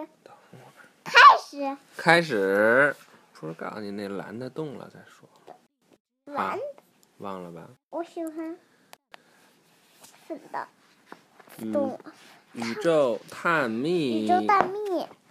开始。不是告诉你那蓝的动了再说。 蓝的、 忘了吧？ 我喜欢粉的。 宇宙探秘。 宇宙探秘。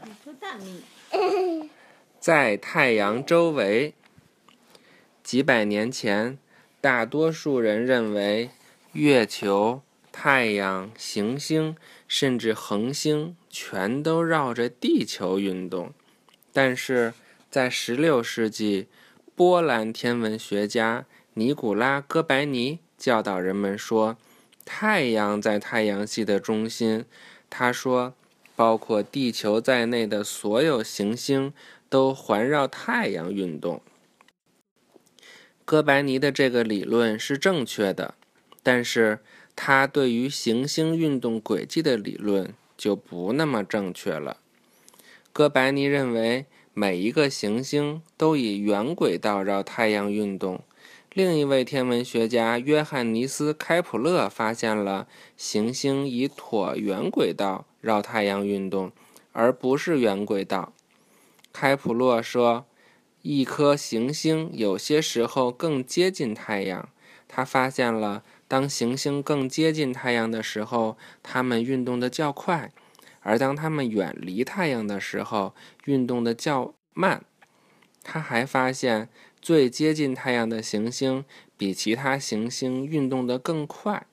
在太阳周围。几百年前，大多数人认为月球、太阳、行星，甚至恒星全都绕着地球运动。但是在16世纪，波兰天文学家尼古拉·哥白尼教导人们说，太阳在太阳系的中心。他说，包括地球在内的所有行星都环绕太阳运动。哥白尼的这个理论是正确的，但是他对于行星运动轨迹的理论就不那么正确了。哥白尼认为每一个行星都以圆轨道绕太阳运动。另一位天文学家约翰尼斯·开普勒发现了行星以椭圆轨道绕太阳运动，而不是圆轨道。开普勒说，一颗行星有些时候更接近太阳。他发现了，当行星更接近太阳的时候，它们运动的较快，而当它们远离太阳的时候，运动的较慢。他还发现，最接近太阳的行星比其他行星运动的更快。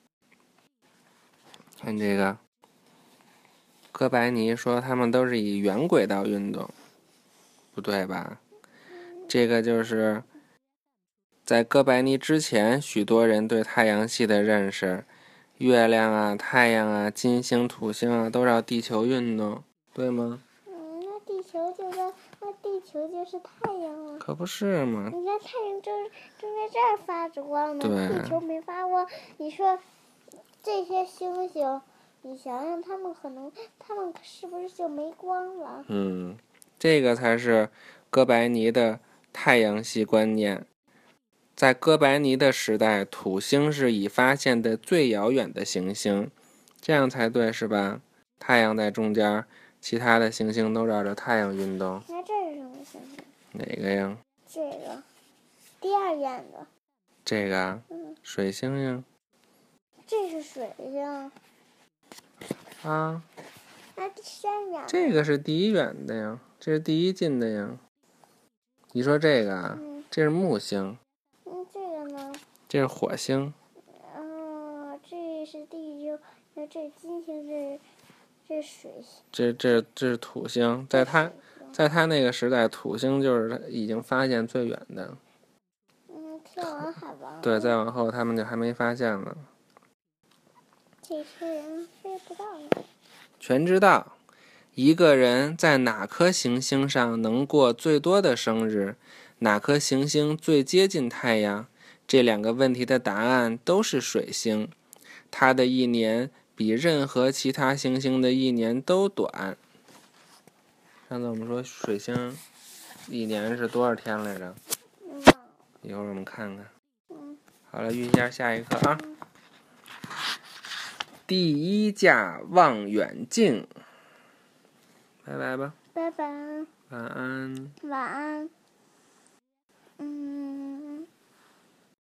看这个，哥白尼说它们都是以圆轨道运动，不对吧？这个就是在哥白尼之前，许多人对太阳系的认识，月亮啊、太阳啊、金星、土星啊都绕地球运动，对吗？ 那地球就是太阳啊。 可不是嘛。 你看太阳正在这儿发着光呢，地球没发光。你说这些星星，你想想他们是不是就没光了？ 这个才是哥白尼的太阳系观念。在哥白尼的时代，土星是已发现的最遥远的行星，这样才对，是吧？太阳在中间，其他的行星都绕着太阳运动。 那这是什么行星？ 哪个呀？ 这个第二远的。 这个啊？水星呀。 这是水星。 啊？ 那第三远的。 这个是第一远的呀，这是第一近的呀。你说这个啊？这是木星。 这个呢？ 这是火星。 这是地球，这是金星，这是水星。 这是土星，在他那个时代，土星就是已经发现最远的。 天文海王。 对，再往后他们就还没发现呢。 这些人飞不到呢。 全知道，一个人在哪颗行星上能过最多的生日，哪颗行星最接近太阳，这两个问题的答案都是水星。它的一年比任何其他行星的一年都短。上次我们说水星一年是多少天来着？一会儿我们看看。好了，预习一下下一课啊。第一架望远镜。拜拜吧。 拜拜。 晚安。 晚安。